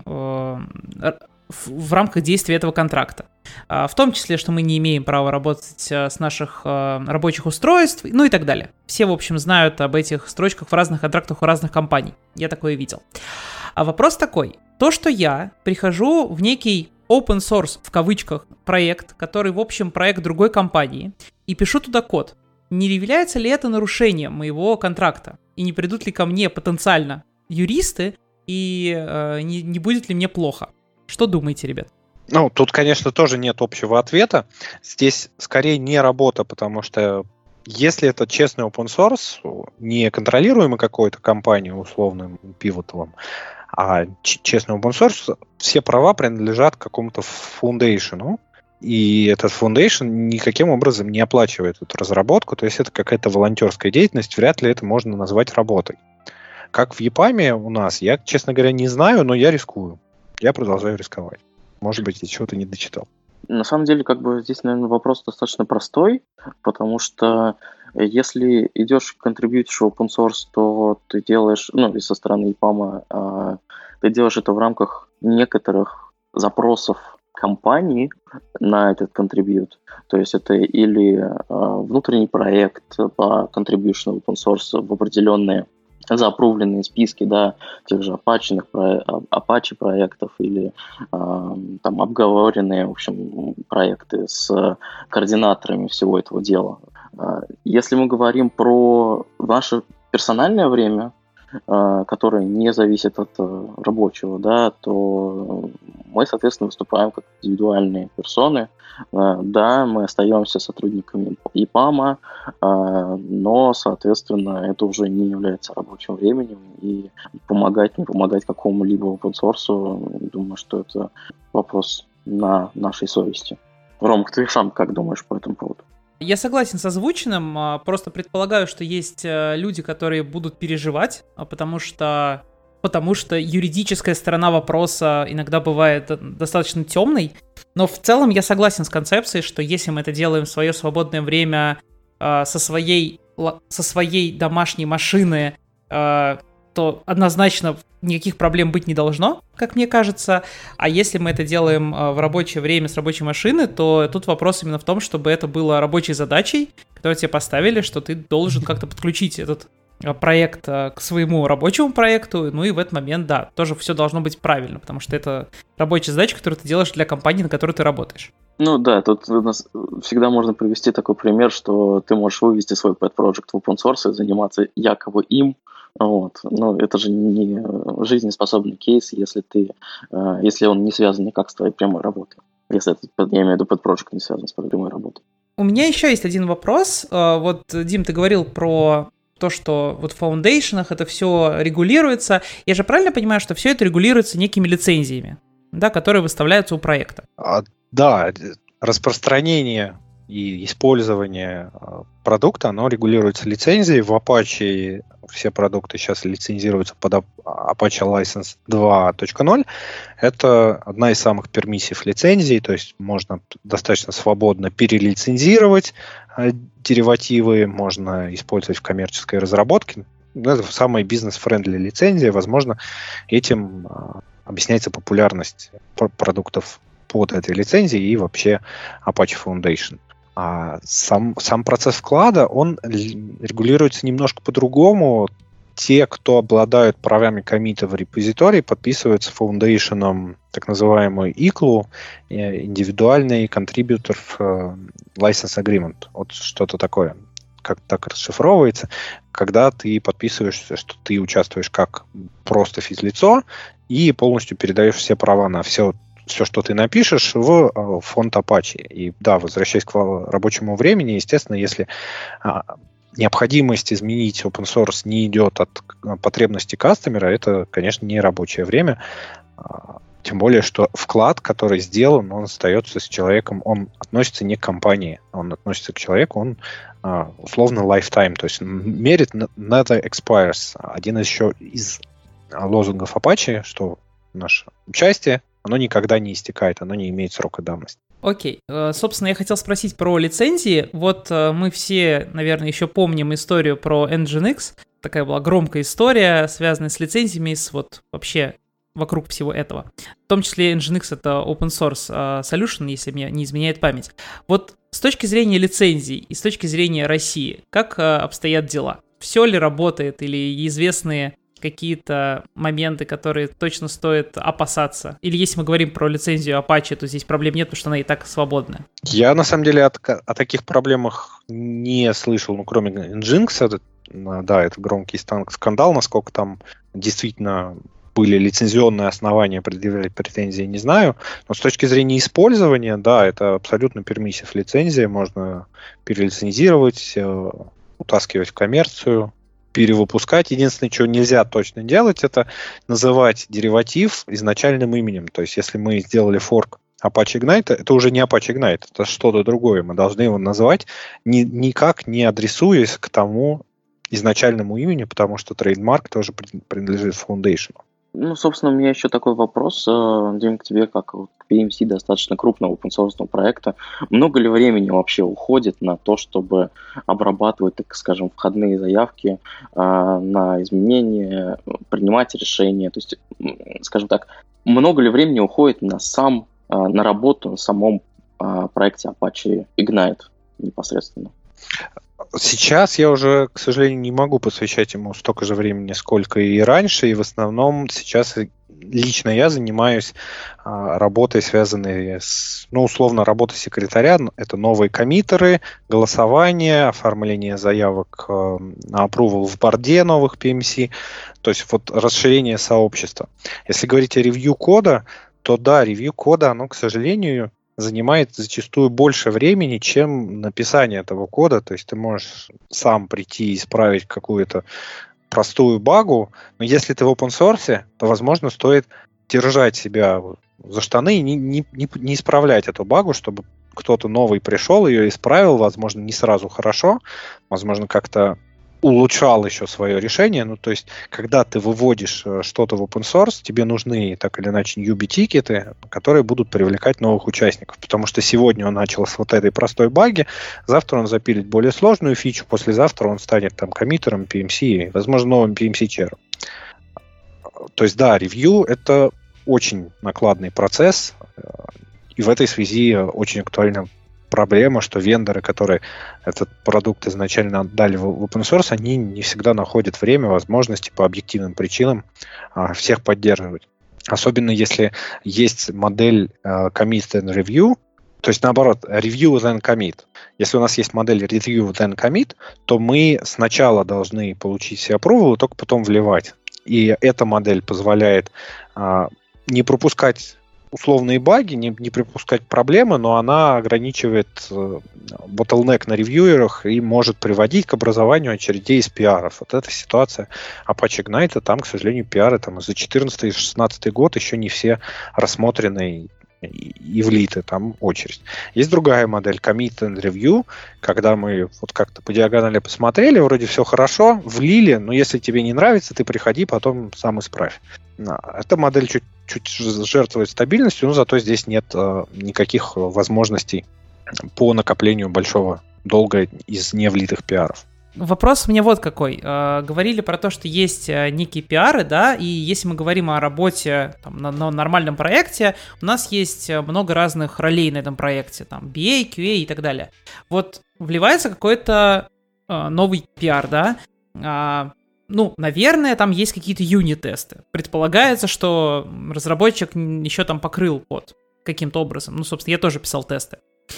в рамках действия этого контракта. В том числе, что мы не имеем права работать с наших рабочих устройств, ну и так далее. Все, в общем, знают об этих строчках в разных контрактах у разных компаний. Я такое видел. А вопрос такой. То, что я прихожу в некий open source, в кавычках, проект, который, в общем, проект другой компании, и пишу туда код, не является ли это нарушением моего контракта? И не придут ли ко мне потенциально юристы, и э, не, не будет ли мне плохо? Что думаете, ребят? Ну, тут, конечно, тоже нет общего ответа. Здесь скорее не работа, потому что если это честный open source, не контролируемый какой-то компанией, условным Pivotal, а честный open source, все права принадлежат какому-то фундейшену, и этот foundation никаким образом не оплачивает эту разработку, то есть это какая-то волонтерская деятельность, вряд ли это можно назвать работой. Как в ЕПАМе у нас, я, честно говоря, не знаю, но я рискую. Я продолжаю рисковать. Может быть, я чего-то не дочитал. На самом деле, как бы здесь, наверное, вопрос достаточно простой, потому что если идешь контрибьютишь в open source, то ты делаешь, ну, и со стороны ЕПАМа, а, ты делаешь это в рамках некоторых запросов компании на этот контрибьют. То есть это или э, внутренний проект по contribution open source в определенные заапрувленные списки, да, тех же Apache, Apache проектов или э, там обговоренные, в общем, проекты с координаторами всего этого дела. Если мы говорим про наше персональное время, которое не зависит от рабочего, да, то мы, соответственно, выступаем как индивидуальные персоны. Да, мы остаемся сотрудниками ЕПАМа, но, соответственно, это уже не является рабочим временем, и помогать, не помогать какому-либо open source, думаю, что это вопрос на нашей совести. Ром, ты сам как думаешь по этому поводу? Я согласен с озвученным, просто предполагаю, что есть люди, которые будут переживать, потому что, потому что юридическая сторона вопроса иногда бывает достаточно темной, но в целом я согласен с концепцией, что если мы это делаем в свое свободное время со своей, со своей домашней машины, то однозначно никаких проблем быть не должно, как мне кажется. А если мы это делаем в рабочее время с рабочей машины, то тут вопрос именно в том, чтобы это было рабочей задачей, которую тебе поставили, что ты должен как-то подключить этот проект к своему рабочему проекту. Ну и в этот момент, да, тоже все должно быть правильно, потому что это рабочая задача, которую ты делаешь для компании, на которой ты работаешь. Ну да, тут у нас всегда можно привести такой пример, что ты можешь вывести свой pet project в open source и заниматься якобы им. Вот. Но это же не жизнеспособный кейс, если ты, если он не связан никак с твоей прямой работой. Если это, я имею в виду, pet project не связан с прямой работой. У меня еще есть один вопрос. Вот, Дим, ты говорил про то, что вот в фаундейшенах это все регулируется. Я же правильно понимаю, что все это регулируется некими лицензиями, да, которые выставляются у проекта? А, да, распространение и использование продукта, оно регулируется лицензией. В Apache все продукты сейчас лицензируются под Apache License два точка ноль. Это одна из самых пермиссив лицензий, то есть можно достаточно свободно перелицензировать деривативы, можно использовать в коммерческой разработке. Это самая бизнес-френдли лицензия. Возможно, этим объясняется популярность продуктов под этой лицензией и вообще Apache Foundation. А сам, сам процесс вклада, он регулируется немножко по-другому. Те, кто обладают правами коммита в репозитории, подписываются фаундейшеном так называемую ай си эл ю, индивидуальный contributor license agreement. Вот что-то такое, как так расшифровывается, когда ты подписываешься, что ты участвуешь как просто физлицо и полностью передаешь все права на все все, что ты напишешь, в фонд Apache. И да, возвращаясь к рабочему времени, естественно, если а, необходимость изменить open source не идет от потребности кастомера, это, конечно, не рабочее время. А, тем более, что вклад, который сделан, он остается с человеком, он относится не к компании, он относится к человеку, он а, условно lifetime, то есть мерит never expires. Один из еще из лозунгов Apache, что наше участие, оно никогда не истекает, оно не имеет срока давности. Окей. Okay. Собственно, я хотел спросить про лицензии. Вот мы все, наверное, еще помним историю про Nginx. Такая была громкая история, связанная с лицензиями, с вот вообще вокруг всего этого. В том числе Nginx — это open source solution, если мне не изменяет память. Вот с точки зрения лицензий и с точки зрения России, как обстоят дела? Все ли работает или известные какие-то моменты, которые точно стоит опасаться? Или если мы говорим про лицензию Apache, то здесь проблем нет, потому что она и так свободная? Я, на самом деле, от, о таких проблемах не слышал, ну, кроме Nginx. Да, это громкий скандал, насколько там действительно были лицензионные основания предъявлять претензии, не знаю. Но с точки зрения использования, да, это абсолютно пермиссив лицензия. Можно перелицензировать, утаскивать в коммерцию, перевыпускать. Единственное, что нельзя точно делать, это называть дериватив изначальным именем. То есть, если мы сделали форк Apache Ignite, это уже не Apache Ignite, это что-то другое. Мы должны его называть ни, никак не адресуясь к тому изначальному имени, потому что трейдмарк тоже принадлежит Foundation. Ну, собственно, у меня еще такой вопрос, Дим, к тебе, как к пи эм си достаточно крупного open-source проекта. Много ли времени вообще уходит на то, чтобы обрабатывать, так скажем, входные заявки на изменения, принимать решения? То есть, скажем так, много ли времени уходит на сам, на работу на самом проекте Apache Ignite непосредственно? Сейчас я уже, к сожалению, не могу посвящать ему столько же времени, сколько и раньше, и в основном сейчас лично я занимаюсь а, работой, связанной с, ну, условно, работой секретаря. Это новые коммитеры, голосование, оформление заявок а, на approval в борде новых пи эм си, то есть вот расширение сообщества. Если говорить о ревью кода, то да, ревью кода, оно, к сожалению, занимает зачастую больше времени, чем написание этого кода. То есть ты можешь сам прийти и исправить какую-то простую багу, но если ты в open source, то, возможно, стоит держать себя за штаны и не, не, не исправлять эту багу, чтобы кто-то новый пришел, ее исправил, возможно, не сразу хорошо, возможно, как-то улучшал еще свое решение. Ну, то есть, когда ты выводишь что-то в open source, тебе нужны, так или иначе, ньюби-тикеты, которые будут привлекать новых участников. Потому что сегодня он начал с вот этой простой баги, завтра он запилит более сложную фичу, послезавтра он станет там коммитером пи эм си, возможно, новым пи эм си-чером. То есть, да, ревью — это очень накладный процесс, и в этой связи очень актуально проблема, что вендоры, которые этот продукт изначально отдали в open source, они не всегда находят время, возможности по объективным причинам а, всех поддерживать. Особенно если есть модель а, commit and review, то есть наоборот, review then commit. Если у нас есть модель review then commit, то мы сначала должны получить все approval, только потом вливать. И эта модель позволяет а, не пропускать условные баги, не, не пропускать проблемы, но она ограничивает э, bottleneck на ревьюерах и может приводить к образованию очередей из пиаров. Вот эта ситуация Apache Ignite, там, к сожалению, пиары там, за четырнадцатый шестнадцатый год еще не все рассмотрены и, и влиты, там очередь. Есть другая модель, commit and review, когда мы вот как-то по диагонали посмотрели, вроде все хорошо, влили, но если тебе не нравится, ты приходи, потом сам исправь. Эта модель чуть чуть жертвует стабильностью, но зато здесь нет э, никаких возможностей по накоплению большого долга из невлитых пиаров. Вопрос у меня вот какой. Э, говорили про то, что есть некие пиары, да, и если мы говорим о работе там, на, на нормальном проекте, у нас есть много разных ролей на этом проекте, там, би эй, кью эй и так далее. Вот вливается какой-то э, новый пиар, да, э, ну, наверное, там есть какие-то юнит-тесты. Предполагается, что разработчик еще там покрыл код каким-то образом. Ну, собственно, я тоже писал тесты.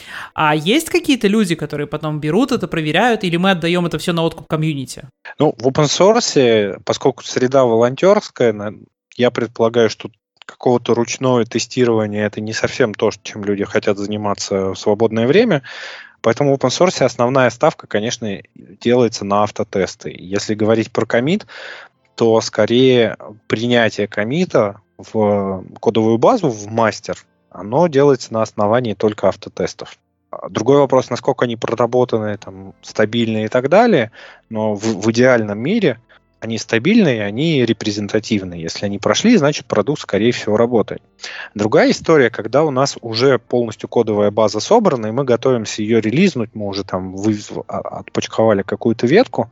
А есть какие-то люди, которые потом берут это, проверяют, или мы отдаем это все на откуп комьюнити? Ну, в open source, поскольку среда волонтерская, я предполагаю, что какого-то ручного тестирования это не совсем то, чем люди хотят заниматься в свободное время. Поэтому в open source основная ставка, конечно, делается на автотесты. Если говорить про коммит, то скорее принятие коммита в кодовую базу, в мастер, оно делается на основании только автотестов. Другой вопрос, насколько они проработаны, там, стабильные и так далее, но в, в идеальном мире они стабильные, они репрезентативные. Если они прошли, значит продукт, скорее всего, работает. Другая история, когда у нас уже полностью кодовая база собрана, и мы готовимся ее релизнуть, мы уже там вы, отпочковали какую-то ветку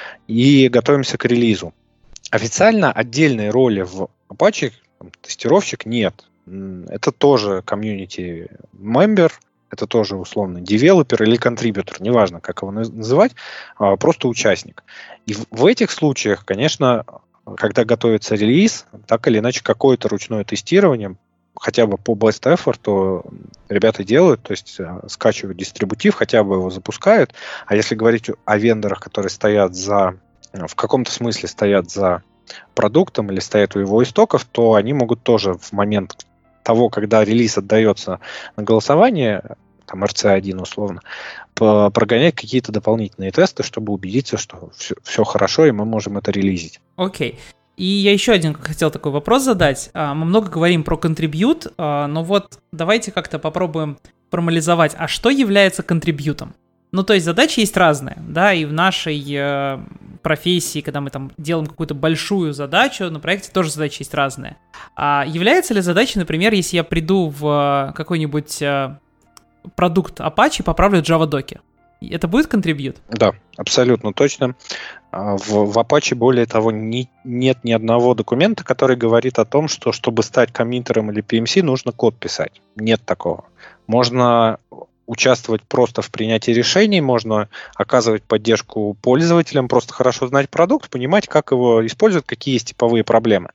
и готовимся к релизу. Официально отдельной роли в Apache там, тестировщик нет. Это тоже комьюнити мембер, это тоже условно девелопер или контрибьютор, неважно, как его называть, просто участник. И в этих случаях, конечно, когда готовится релиз, так или иначе какое-то ручное тестирование, хотя бы по best effort, то ребята делают, то есть скачивают дистрибутив, хотя бы его запускают. А если говорить о вендорах, которые стоят за, в каком-то смысле стоят за продуктом или стоят у его истоков, то они могут тоже в момент того, когда релиз отдается на голосование, там эр си один условно, прогонять какие-то дополнительные тесты, чтобы убедиться, что все, все хорошо, и мы можем это релизить. Окей. Okay. И я еще один хотел такой вопрос задать. Мы много говорим про контрибьют, но вот давайте как-то попробуем формализовать, а что является контрибьютом? Ну, то есть задачи есть разные, да, и в нашей э, профессии, когда мы там делаем какую-то большую задачу, на проекте тоже задачи есть разные. А является ли задачей, например, если я приду в какой-нибудь э, продукт Apache и поправлю Java-доки? Это будет контрибьют? Да, абсолютно точно. В, в Apache, более того, не, нет ни одного документа, который говорит о том, что чтобы стать коммитером или пи эм си, нужно код писать. Нет такого. Можно участвовать просто в принятии решений, можно оказывать поддержку пользователям, просто хорошо знать продукт, понимать, как его используют, какие есть типовые проблемы.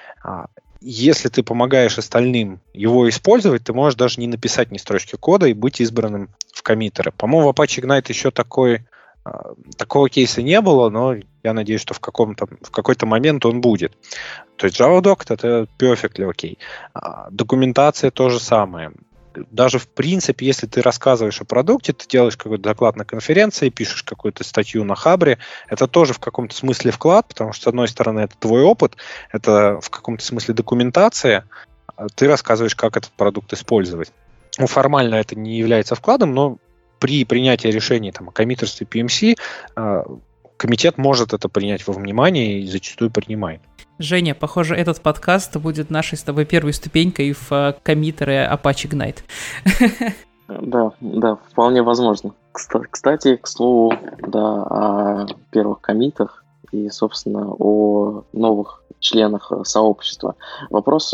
Если ты помогаешь остальным его использовать, ты можешь даже не написать ни строчки кода и быть избранным в коммитеры. По-моему, в Apache Ignite еще такой, такого кейса не было, но я надеюсь, что в, каком-то, в какой-то момент он будет. То есть JavaDoc — это perfectly окей. Документация то же самое. Даже в принципе, если ты рассказываешь о продукте, ты делаешь какой-то доклад на конференции, пишешь какую-то статью на Хабре, это тоже в каком-то смысле вклад, потому что, с одной стороны, это твой опыт, это в каком-то смысле документация, ты рассказываешь, как этот продукт использовать. Ну, формально это не является вкладом, но при принятии решений там, о коммитерстве пи эм си комитет может это принять во внимание и зачастую принимает. Женя, похоже, этот подкаст будет нашей с тобой первой ступенькой в коммитеры Apache Ignite. Да, да, вполне возможно. Кстати, к слову, да, о первых коммитах и, собственно, о новых членах сообщества. Вопрос,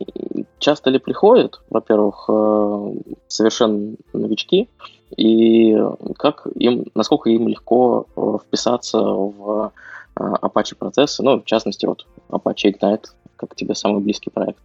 часто ли приходят, во-первых, совершенно новички, и как им, насколько им легко вписаться в Apache процессы, ну, в частности, вот Apache Ignite, как тебе самый близкий проект?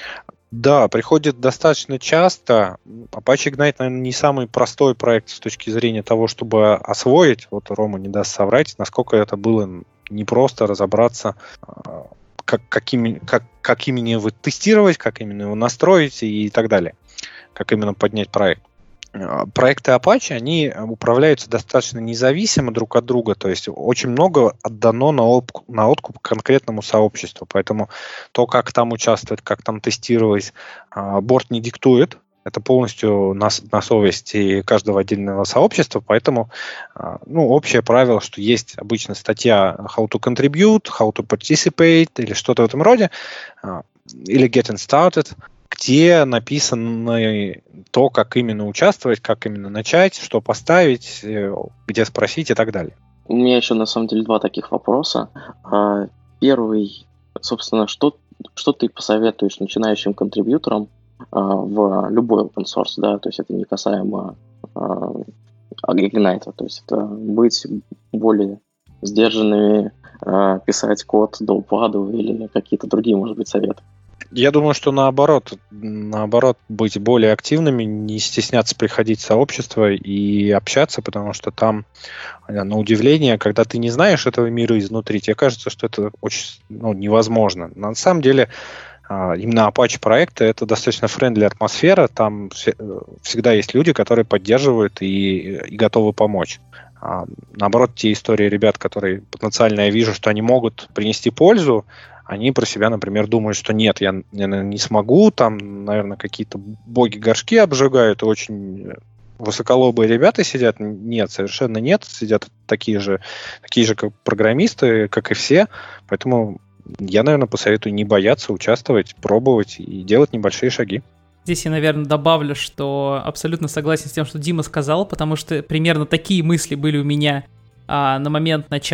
Да, приходит достаточно часто. Apache Ignite, наверное, не самый простой проект с точки зрения того, чтобы освоить. Вот Рома не даст соврать, насколько это было непросто разобраться, как, как, именно, как, как именно его тестировать, как именно его настроить и так далее. Как именно поднять проект. Проекты Apache, они управляются достаточно независимо друг от друга, то есть очень много отдано на откуп, на откуп конкретному сообществу, поэтому то, как там участвовать, как там тестировать, борт не диктует, это полностью на, на совести каждого отдельного сообщества, поэтому ну, общее правило, что есть обычно статья how to contribute, how to participate или что-то в этом роде, или getting started, где написано то, как именно участвовать, как именно начать, что поставить, где спросить и так далее. У меня еще, на самом деле, два таких вопроса. Первый, собственно, что, что ты посоветуешь начинающим контрибьюторам в любой open source, да, то есть это не касаемо Ignite, то есть это быть более сдержанными, писать код до упаду или какие-то другие, может быть, советы? Я думаю, что наоборот, наоборот, быть более активными, не стесняться приходить в сообщество и общаться, потому что там, на удивление, когда ты не знаешь этого мира изнутри, тебе кажется, что это очень ну, невозможно. На самом деле, именно Apache проекты — это достаточно френдли атмосфера, там всегда есть люди, которые поддерживают и, и готовы помочь. Наоборот, те истории ребят, которые потенциально я вижу, что они могут принести пользу, они про себя, например, думают, что нет, я, я не смогу, там, наверное, какие-то боги горшки обжигают, и очень высоколобые ребята сидят. Нет, совершенно нет, сидят такие же, такие же как программисты, как и все, поэтому я, наверное, посоветую не бояться участвовать, пробовать и делать небольшие шаги. Здесь я, наверное, добавлю, что абсолютно согласен с тем, что Дима сказал, потому что примерно такие мысли были у меня а, на момент начала.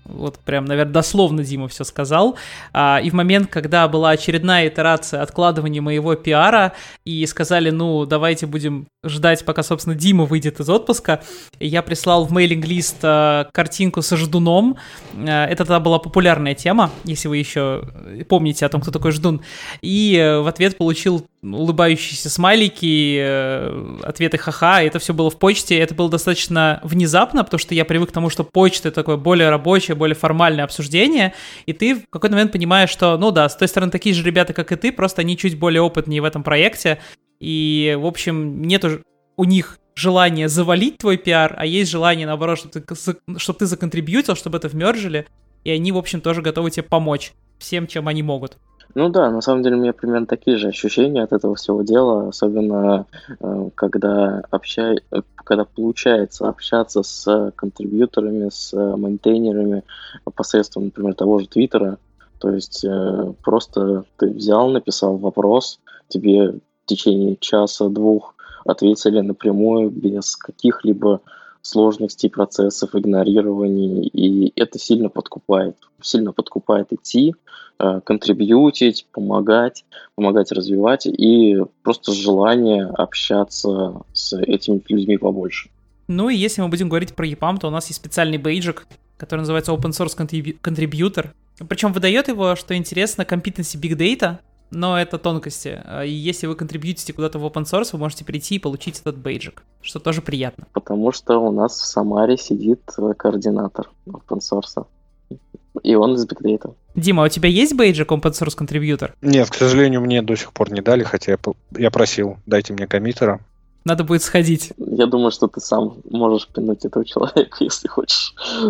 Вот прям, наверное, дословно Дима все сказал. А, и в момент, когда была очередная итерация откладывания моего пиара, и сказали, ну, давайте будем ждать, пока, собственно, Дима выйдет из отпуска, я прислал в мейлинг-лист а, картинку со ждуном. А, это тогда была популярная тема, если вы еще помните о том, кто такой ждун. И а, в ответ получил улыбающиеся смайлики, э, ответы ха-ха, и это все было в почте, это было достаточно внезапно, потому что я привык к тому, что почта — это такое более рабочее, более формальное обсуждение, и ты в какой-то момент понимаешь, что, ну да, с той стороны такие же ребята, как и ты, просто они чуть более опытнее в этом проекте, и, в общем, нету у них желания завалить твой пиар, а есть желание, наоборот, чтобы ты, чтобы ты законтрибьютил, чтобы это вмержили, и они, в общем, тоже готовы тебе помочь всем, чем они могут. Ну да, на самом деле у меня примерно такие же ощущения от этого всего дела, особенно э, когда, общай... когда получается общаться с контрибьюторами, с мейнтейнерами посредством, например, того же Твиттера. То есть э, просто ты взял, написал вопрос, тебе в течение часа-двух ответили напрямую, без каких-либо сложностей, процессов, игнорирований, и это сильно подкупает, сильно подкупает идти, контрибьютить, помогать, помогать развивать, и просто желание общаться с этими людьми побольше. Ну и если мы будем говорить про ЕПАМ, то у нас есть специальный бейджик, который называется Open Source Contributor. Причем выдает его, что интересно, Competency Big Data, но это тонкости. И если вы контрибьютите куда-то в open source, вы можете прийти и получить этот бейджик, что тоже приятно. Потому что у нас в Самаре сидит координатор open source, и он из Big Data. Дима, а у тебя есть бейджик Open Source Contributor? Нет, к сожалению, мне до сих пор не дали, хотя я, я просил, дайте мне коммитера. Надо будет сходить. Я думаю, что ты сам можешь пинуть этого человека, если хочешь.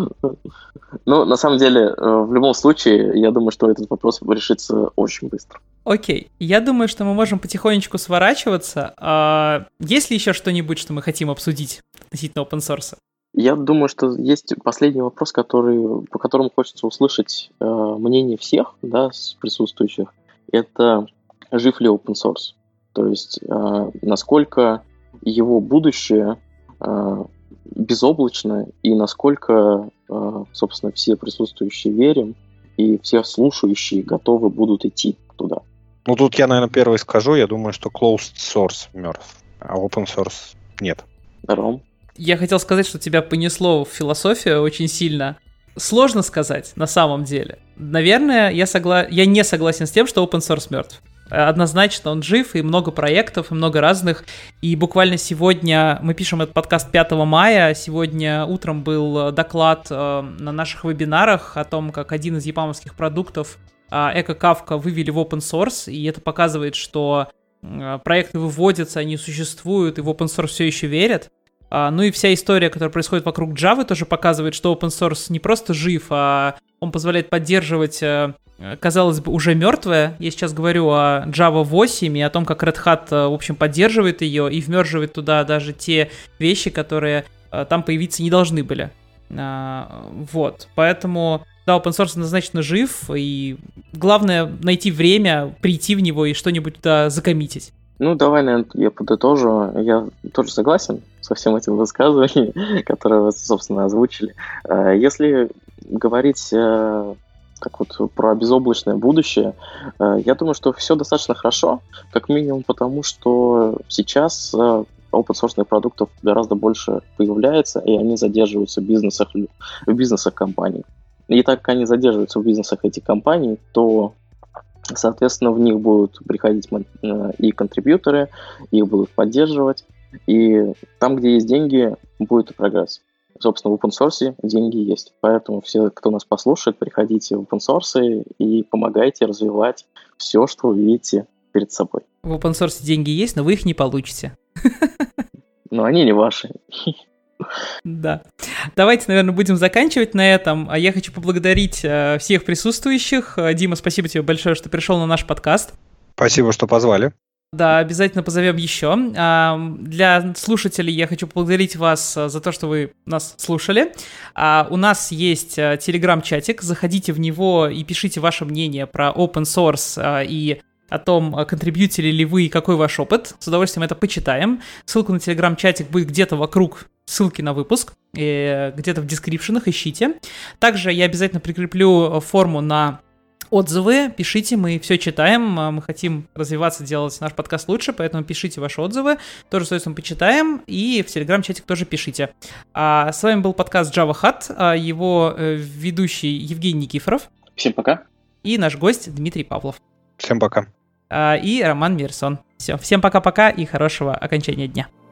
Ну, на самом деле, в любом случае, я думаю, что этот вопрос решится очень быстро. Окей, я думаю, что мы можем потихонечку сворачиваться. А есть ли еще что-нибудь, что мы хотим обсудить относительно open source? Я думаю, что есть последний вопрос, который, по которому хочется услышать э, мнение всех, да, присутствующих. Это жив ли open source? То есть, э, насколько его будущее э, безоблачно, и насколько, э, собственно, все присутствующие верим, и все слушающие готовы будут идти туда. Ну, тут я, наверное, первый скажу. Я думаю, что closed source мертв, а open source нет. Ром? Я хотел сказать, что тебя понесло в философию очень сильно. Сложно сказать, на самом деле. Наверное, я, согла... я не согласен с тем, что open source мертв. Однозначно он жив, и много проектов, и много разных. И буквально сегодня, мы пишем этот подкаст пятого мая, сегодня утром был доклад э, на наших вебинарах о том, как один из епамовских продуктов э, Эко-Кавка вывели в open source, и это показывает, что э, проекты выводятся, они существуют, и в open source все еще верят. Uh, ну и вся история, которая происходит вокруг Java, тоже показывает, что open source не просто жив, а он позволяет поддерживать, uh, казалось бы, уже мертвое. Я сейчас говорю о Java восемь и о том, как Red Hat, uh, в общем, поддерживает ее и вмерживает туда даже те вещи, которые uh, там появиться не должны были. Uh, вот, поэтому, да, open source однозначно жив, и главное найти время, прийти в него и что-нибудь туда закоммитить. Ну, давай, наверное, я подытожу. Я тоже согласен со всем этим высказыванием, которое вы, собственно, озвучили. Если говорить как вот про безоблачное будущее, я думаю, что все достаточно хорошо, как минимум потому, что сейчас open-source продуктов гораздо больше появляется, и они задерживаются в бизнесах, в бизнесах компаний. И так как они задерживаются в бизнесах этих компаний, то соответственно, в них будут приходить и контрибьюторы, их будут поддерживать, и там, где есть деньги, будет и прогресс. Собственно, в open source деньги есть, поэтому все, кто нас послушает, приходите в open source и помогайте развивать все, что вы видите перед собой. В open source деньги есть, но вы их не получите. Но они не ваши. Да. Давайте, наверное, будем заканчивать на этом. А я хочу поблагодарить э, всех присутствующих. Дима, спасибо тебе большое, что пришел на наш подкаст. Спасибо, что позвали. Да, обязательно позовем еще. А, для слушателей я хочу поблагодарить вас за то, что вы нас слушали. А, у нас есть телеграм-чатик. Заходите в него и пишите ваше мнение про open source а, и о том, контрибьютили ли вы и какой ваш опыт. С удовольствием это почитаем. Ссылку на телеграм-чатик будет где-то вокруг ссылки на выпуск, где-то в дескрипшенах, ищите. Также я обязательно прикреплю форму на отзывы, пишите, мы все читаем, мы хотим развиваться, делать наш подкаст лучше, поэтому пишите ваши отзывы, тоже, соответственно, почитаем, и в телеграм-чатик тоже пишите. А с вами был подкаст Java Hut, его ведущий Евгений Никифоров. Всем пока. И наш гость Дмитрий Павлов. Всем пока. И Роман Мирсон. Все, всем пока-пока и хорошего окончания дня.